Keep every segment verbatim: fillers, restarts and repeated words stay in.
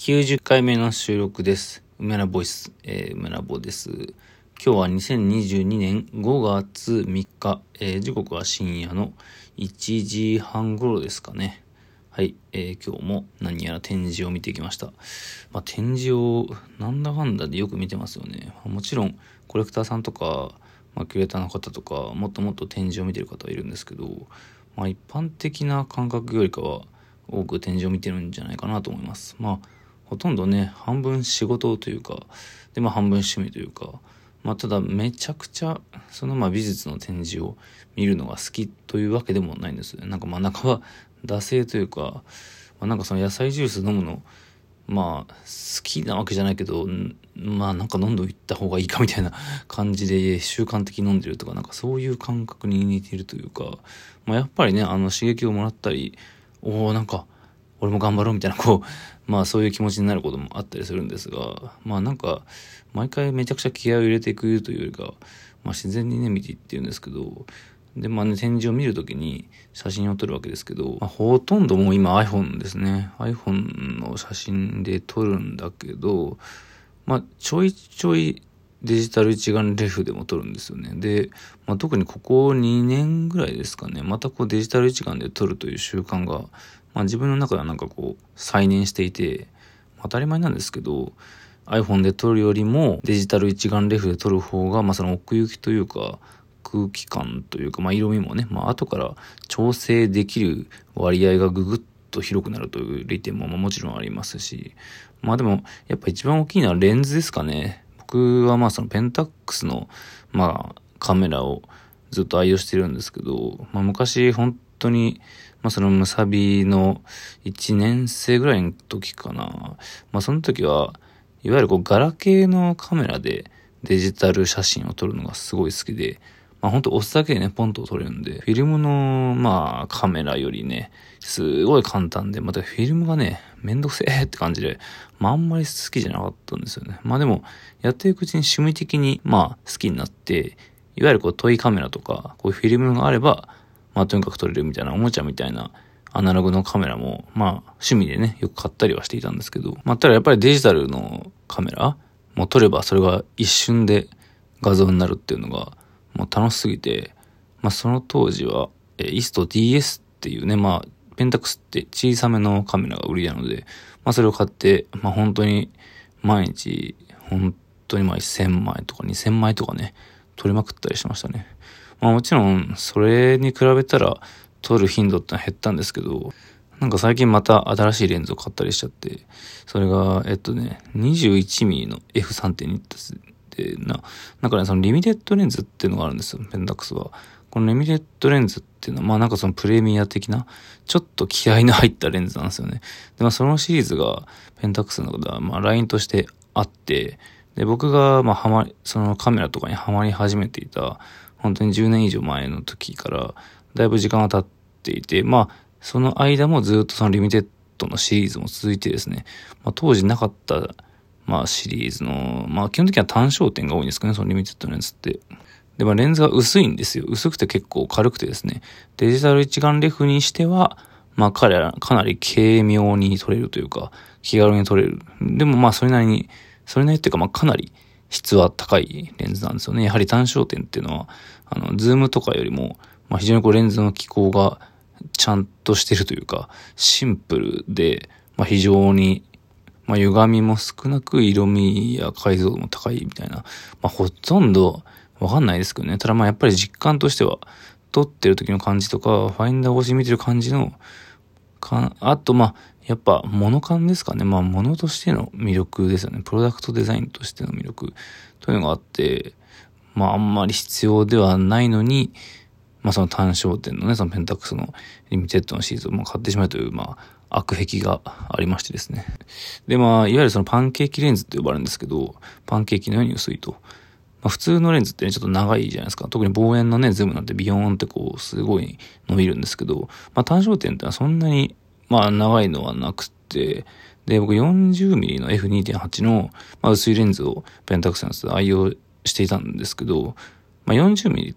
きゅうじゅっかいめの収録です。梅名ボイス、えー、梅名ボです。今日はにせんにじゅうにねんごがつみっか、えー、時刻は深夜のいちじはん頃ですかね。はい、えー、今日も何やら展示を見てきました。まあ、展示をなんだかんだでよく見てますよね。もちろんコレクターさんとか、まあ、キュレーターの方とかもっともっと展示を見てる方はいるんですけど、まあ、一般的な感覚よりかは多く展示を見てるんじゃないかなと思います。まあほとんどね、半分仕事というか、で、まあ半分趣味というか、まあただめちゃくちゃ、そのまあ美術の展示を見るのが好きというわけでもないんですよね。なんかまあ半ば惰性というか、まあ、なんかその野菜ジュース飲むの、まあ好きなわけじゃないけど、まあなんか飲んでおいた方がいいかみたいな感じで習慣的に飲んでるとか、なんかそういう感覚に似ているというか、まあやっぱりね、あの刺激をもらったり、おーなんか、俺も頑張ろうみたいな、こう、まあそういう気持ちになることもあったりするんですが、まあなんか、毎回めちゃくちゃ気合を入れていくというよりか、まあ自然にね、見ていってるんですけど、で、まあね、展示を見るときに写真を撮るわけですけど、まあ、ほとんどもう今 iPhone ですね。iPhone の写真で撮るんだけど、まあちょいちょいデジタル一眼レフでも撮るんですよね。で、まあ特にここにねんぐらいですかね、またこうデジタル一眼で撮るという習慣が、まあ自分の中ではなんかこう再燃していて、当たり前なんですけど iPhone で撮るよりもデジタル一眼レフで撮る方がまあその奥行きというか空気感というかまあ色味もねまあ後から調整できる割合がぐぐっと広くなるという利点ももちろんありますし、まあでもやっぱ一番大きいのはレンズですかね。僕はまあそのペンタックスのまあカメラをずっと愛用してるんですけど、まあ昔本当にまあそのムサビのいちねん生ぐらいの時かな。まあその時はいわゆるこうガラケーのカメラでデジタル写真を撮るのがすごい好きで、まあ本当押すだけでねポンと撮れるんで、フィルムのまあカメラよりねすごい簡単で、またフィルムがねめんどくせえって感じで、まああんまり好きじゃなかったんですよね。まあでもやっていくうちに趣味的にまあ好きになって、いわゆるこうトイカメラとかこういうフィルムがあればまあとにかく撮れるみたいなおもちゃみたいなアナログのカメラもまあ趣味でねよく買ったりはしていたんですけど、まあただやっぱりデジタルのカメラもう撮ればそれが一瞬で画像になるっていうのがもう楽しすぎて、まあその当時はえイスト ディーエス っていうねまあペンタックスって小さめのカメラが売りなので、まあそれを買ってまあ本当に毎日本当にまあせんまいとかにせんまいとかね撮りまくったりしましたね。まあもちろんそれに比べたら撮る頻度ってのは減ったんですけど、なんか最近また新しいレンズを買ったりしちゃって、それがえっとね にじゅういちミリ の エフさんてんに でな、なんかねそのリミテッドレンズっていうのがあるんですよ、ペンタックスは。このリミテッドレンズっていうのはまあなんかそのプレミア的なちょっと気合いの入ったレンズなんですよね。でまあそのシリーズがペンタックスの中ではまあラインとしてあって、で僕がまあハマりそのカメラとかにハマり始めていた本当にじゅうねん以上前の時からだいぶ時間が経っていて、まあその間もずっとそのリミテッドのシリーズも続いてですね、まあ、当時なかったまあシリーズのまあ基本的には単焦点が多いんですけどね、そのリミテッドのレンズって。でまあレンズが薄いんですよ。薄くて結構軽くてですね、デジタル一眼レフにしてはまあ彼らかなり軽妙に撮れるというか気軽に撮れる。でもまあそれなりにそれなりっていうかまあかなり質は高いレンズなんですよね。やはり単焦点っていうのはあのズームとかよりもまあ非常にこうレンズの機構がちゃんとしてるというかシンプルで、まあ、非常にまあ歪みも少なく色味や解像度も高いみたいな、まあほとんどわかんないですけどね。ただまあやっぱり実感としては撮ってる時の感じとかファインダー越し見てる感じのか、あとまあやっぱ物感ですかね。まあ物としての魅力ですよね。プロダクトデザインとしての魅力というのがあって、まああんまり必要ではないのに、まあその単焦点のね、そのペンタックスのリミテッドのシリーズをもう買ってしまうという、まあ悪癖がありましてですね。でまあいわゆるそのパンケーキレンズって呼ばれるんですけど、パンケーキのように薄いと。まあ、普通のレンズってね、ちょっと長いじゃないですか。特に望遠のね、ズームなんてビヨーンってこう、すごい伸びるんですけど、まあ単焦点ってのはそんなに、まあ長いのはなくて、で、僕 よんじゅうミリ の エフにてんはち の、まあ、薄いレンズをペンタックスのやつで愛用していたんですけど、まあ よんじゅうミリ って、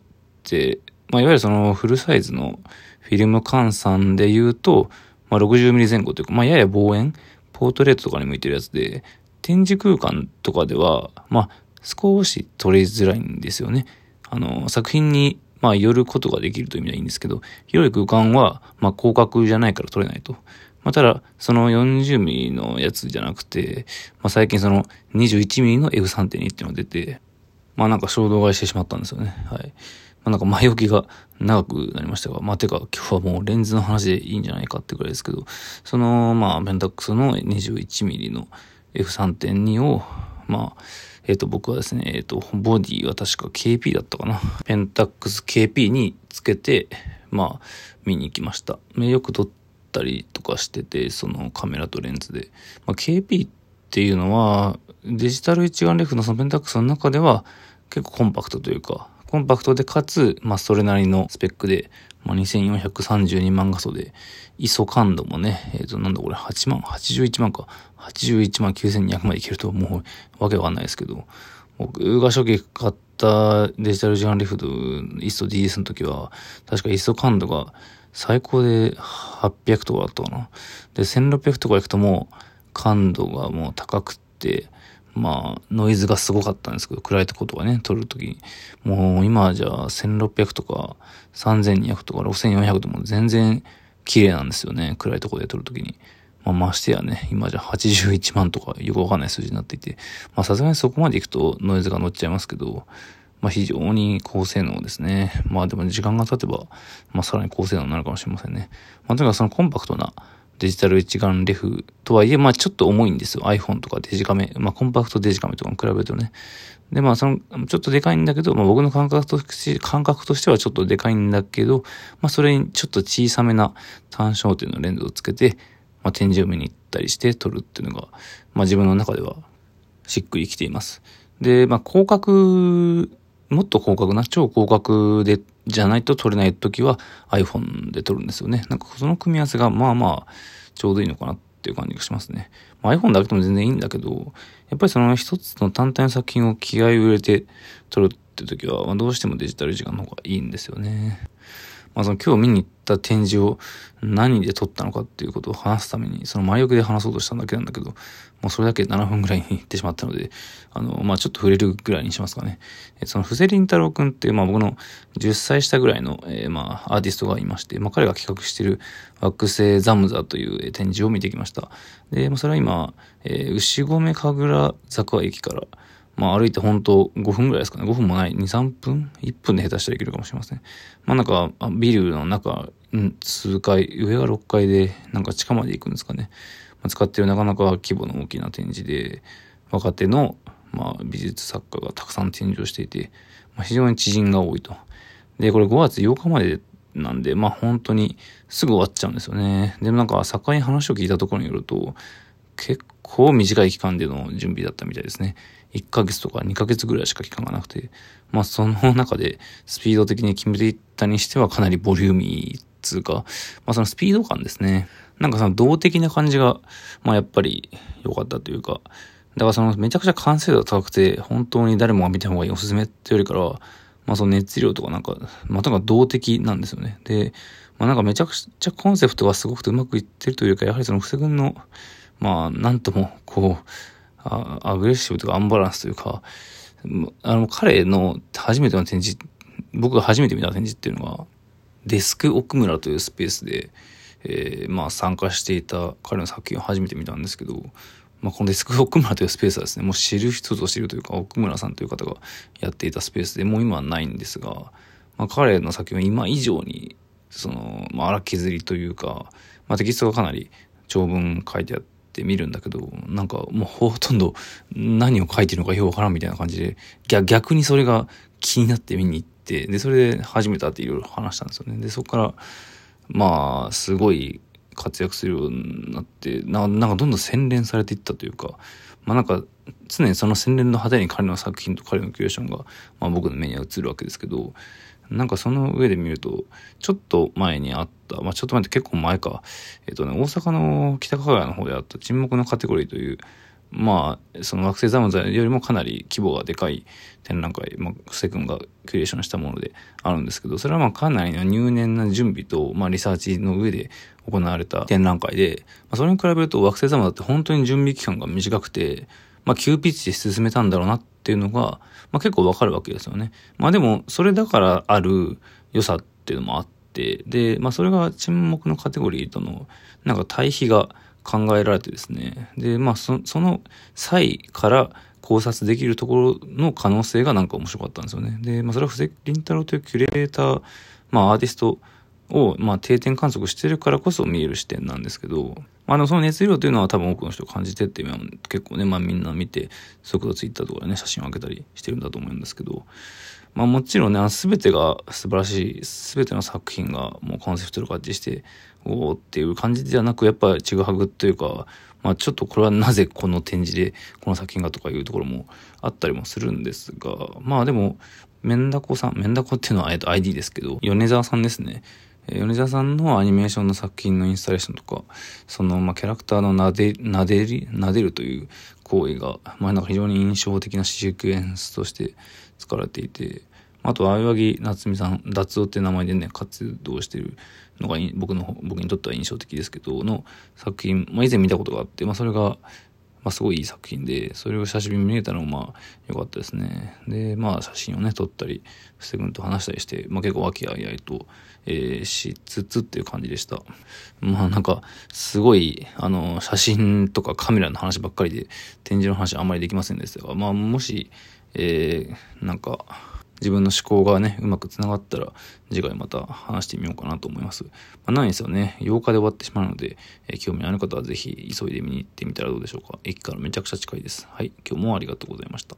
まあいわゆるそのフルサイズのフィルム換算で言うと、まあ ろくじゅうミリ 前後というか、まあやや望遠っポートレートとかに向いてるやつで、展示空間とかでは、まあ、少し撮りづらいんですよね。あの、作品に、まあ、寄ることができるという意味ではいいんですけど、広い空間は、まあ、広角じゃないから撮れないと。まあ、ただ、その よんじゅうミリ のやつじゃなくて、まあ、最近その にじゅういちミリ の エフさんてんに っていうのが出て、まあ、なんか衝動買いしてしまったんですよね。はい。まあ、なんか前置きが長くなりましたが、まあ、てか今日はもうレンズの話でいいんじゃないかってくらいですけど、その、まあ、ペンタックスの にじゅういちミリ の エフさんてんに を、まあ、えっ、と、僕はですね、えっ、と、ボディは確か ケーピー だったかな。ペンタックス ケーピー につけて、まあ、見に行きました。よく撮ったりとかしてて、そのカメラとレンズで。まあ、ケーピー っていうのは、デジタル一眼レフのそのペンタックスの中では結構コンパクトというか、コンパクトでかつ、まあ、それなりのスペックで、まあ、にせんよんひゃくさんじゅうにまん画素で、アイエスオ 感度もね、えっ、ー、と、なんだこれ、はちまん、はちじゅういちまんか、はちじゅういちまんきゅうせんにひゃくまでいけると、もう、わけわかんないですけど、僕が初期買ったデジタル一眼レフと アイエスオ ディーエス の時は、確か アイエスオ 感度が最高ではっぴゃくとかだったかな。で、せんろっぴゃくとか行くともう、感度がもう高くって、まあ、ノイズがすごかったんですけど、暗いとことかね、撮るときに。もう今じゃあせんろっぴゃくとかさんぜんにひゃくとかろくせんよんひゃくとも全然綺麗なんですよね。暗いとこで撮るときに。まあましてやね、今じゃはちじゅういちまんとかよくわかんない数字になっていて、まあさすがにそこまで行くとノイズが乗っちゃいますけど、まあ非常に高性能ですね。まあでも時間が経てば、まあさらに高性能になるかもしれませんね。まあとにかくそのコンパクトなデジタル一眼レフとはいえ、まあちょっと重いんですよ。iPhone とかデジカメ。まあコンパクトデジカメとかに比べるとね。で、まあその、ちょっとでかいんだけど、まあ僕の感覚として、感覚としてはちょっとでかいんだけど、まあそれにちょっと小さめな単焦点のレンズをつけて、まあ展示を見に行ったりして撮るっていうのが、まあ自分の中ではしっくりきています。で、まあ広角、もっと広角な、超広角で、じゃないと撮れないときは iPhone で撮るんですよね。なんかその組み合わせがまあまあちょうどいいのかなっていう感じがしますね。まあ、iPhone だけでも全然いいんだけど、やっぱりその一つの単体の作品を気合を入れて撮るっていうときは、まあ、どうしてもデジタル時間の方がいいんですよね。まあその今日見に行った展示を何で撮ったのかっていうことを話すために、その前置きで話そうとしたんだけなんだけど、もうそれだけでななふんぐらいに行ってしまったので、あの、まあちょっと触れるぐらいにしますかね。えその布施凛太郎くんっていう、まあ僕のじゅっさい下ぐらいの、えー、まあアーティストがいまして、まあ彼が企画している惑星ザムザという展示を見てきました。で、まあそれは今、えー、牛込神楽坂駅から、まあ歩いて本当ごふんぐらいですかね。ごふんもない。に、さんぷん ?いっ 分で下手したらいけるかもしれません。まあなんか、ビルの中、うん、数階、上がろっかいで、なんか地下まで行くんですかね。まあ、使っているなかなか規模の大きな展示で、若手の、まあ、美術作家がたくさん展示をしていて、まあ、非常に知人が多いと。で、これごがつようかまでなんで、まあ本当にすぐ終わっちゃうんですよね。でもなんか、作家に話を聞いたところによると、結構短い期間での準備だったみたいですね。いっかげつとかにかげつぐらいしか期間がなくて、まあその中でスピード的に決めていったにしてはかなりボリューミーつうか、まあそのスピード感ですね。なんかその動的な感じが、まあやっぱり良かったというか、だからそのめちゃくちゃ完成度が高くて、本当に誰もが見た方がいいおすすめってよりからは、まあその熱量とかなんか、まあとにかく動的なんですよね。で、まあなんかめちゃくちゃコンセプトがすごくうまくいってるというか、やはりその布施君の、まあなんともこう、あアグレッシブというかアンバランスというか、あの彼の初めての展示、僕が初めて見た展示っていうのが、デスク奥村というスペースで、えー、まあ参加していた彼の作品を初めて見たんですけど、まあこのデスク奥村というスペースはですね、もう知る人ぞ知るというか、奥村さんという方がやっていたスペースで、もう今はないんですが、まあ彼の作品は今以上に、その、まあ荒削りというか、まあテキストがかなり長文書いてあって、って見るんだけど、なんかもうほとんど何を書いてるのかよくわからんみたいな感じで、逆にそれが気になって見に行って、で、それで初めて会っていろいろ話したんですよね。で、そこから、まあ、すごい活躍するようになって、ななんかどんどん洗練されていったというか、まあなんか常にその洗練の果てに彼の作品と彼のキュレーションが、まあ僕の目には映るわけですけど、なんかその上で見ると、ちょっと前にあった、まあちょっと前って結構前か、えっとね、大阪の北加賀屋の方であった沈黙のカテゴリーという、 まあ、その惑星ザムザよりもかなり規模がでかい展覧会、まあ、布施君がクリエーションしたものであるんですけど、それはまあかなりの入念な準備と、まあ、リサーチの上で行われた展覧会で、まあ、それに比べると惑星ザムザって本当に準備期間が短くて、まあ、急ピッチで進めたんだろうなっていうのが、まあ、結構わかるわけですよね。まあでも、それだからある良さっていうのもあって、で、まあそれが沈黙のカテゴリーとのなんか対比が考えられてですね。で、まあそ、その際から考察できるところの可能性がなんか面白かったんですよね。で、まあそれは布施凛太郎というキュレーター、まあアーティストを、まあ定点観測してるからこそ見える視点なんですけど、まあでもその熱量というのは多分多くの人が感じてって今結構ね、まあみんな見て、速度ツイッターとかでね、写真を上げたりしてるんだと思うんですけど、まあもちろんね、すべてが素晴らしい、すべての作品がもうコンセプトと合致して、おーっていう感じではなく、やっぱりちぐはぐというか、まあちょっとこれはなぜこの展示でこの作品がとかいうところもあったりもするんですが、まあでも、メンダコさん、メンダコっていうのは、えっと、アイディー ですけど、米沢さんですね。米沢さんのアニメーションの作品のインスタレーションとか、その、まあ、キャラクターのなで、なでり、なでるという行為が、まあ、なんか非常に印象的なシークエンスとして使われていて、あと、相木夏美さん、達夫っていう名前でね、活動しているのが僕の、僕にとっては印象的ですけど、の作品、まあ、以前見たことがあって、まあ、それが、まあ、すごいいい作品で、それを久しぶりに見れたのも、まあ、良かったですね。で、まあ、写真をね、撮ったり、布施君と話したりして、まあ、結構和気あいあいと、えー、しつつっていう感じでした。まあ、なんか、すごい、あの、写真とかカメラの話ばっかりで、展示の話あんまりできませんでしたが、まあ、もし、えー、なんか、自分の思考がね、うまくつながったら、次回また話してみようかなと思います。まあ、ないですよね。ようかで終わってしまうので、えー、興味ある方はぜひ急いで見に行ってみたらどうでしょうか。駅からめちゃくちゃ近いです。はい、今日もありがとうございました。